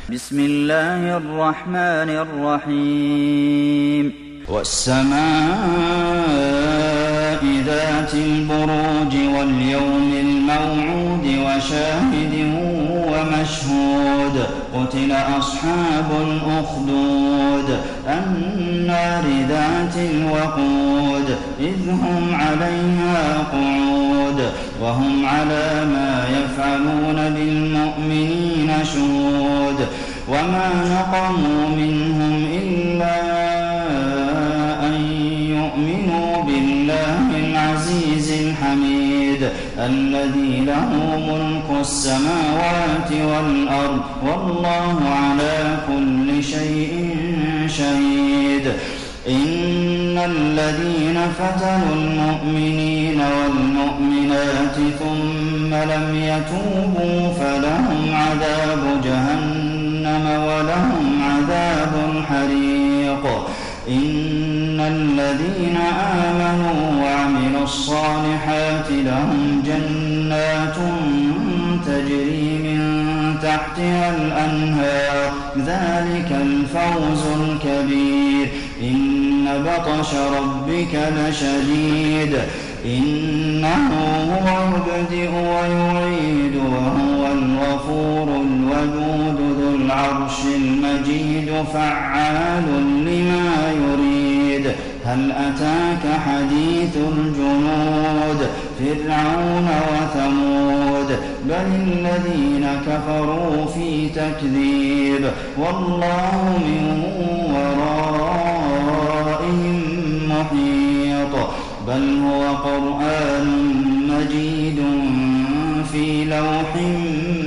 بسم الله الرحمن الرحيم والسماء ذات البروج واليوم الموعود وشاهد ومشهود قتل أصحاب الأخدود النار ذات الوقود إذ هم عليها قعود وهم على ما يفعلون بالمؤمنين شهود وما نقموا منهم إلا أن يؤمنوا بالله العزيز الحميد الذي له ملك السماوات والأرض والله على كل شيء شهيد إن الذين فتنوا المؤمنين والمؤمنات ثم لم يتوبوا فلهم عذاب جهنم ولهم عذاب الحريق إن الذين آمنوا وعملوا الصالحات لهم جنات تجري من تحتها الأنهار ذلك الفوز الكبير إن بطش ربك لشديد إنه هو يبدئ ويعيد وهو الغفور الودود ذو العرش المجيد فعال لما يريد هل أتاك حديث الجنود فرعون وثمود بل الذين كفروا في تكذيب والله من ورائهم محيط بل هو قرآن مجيد في لوح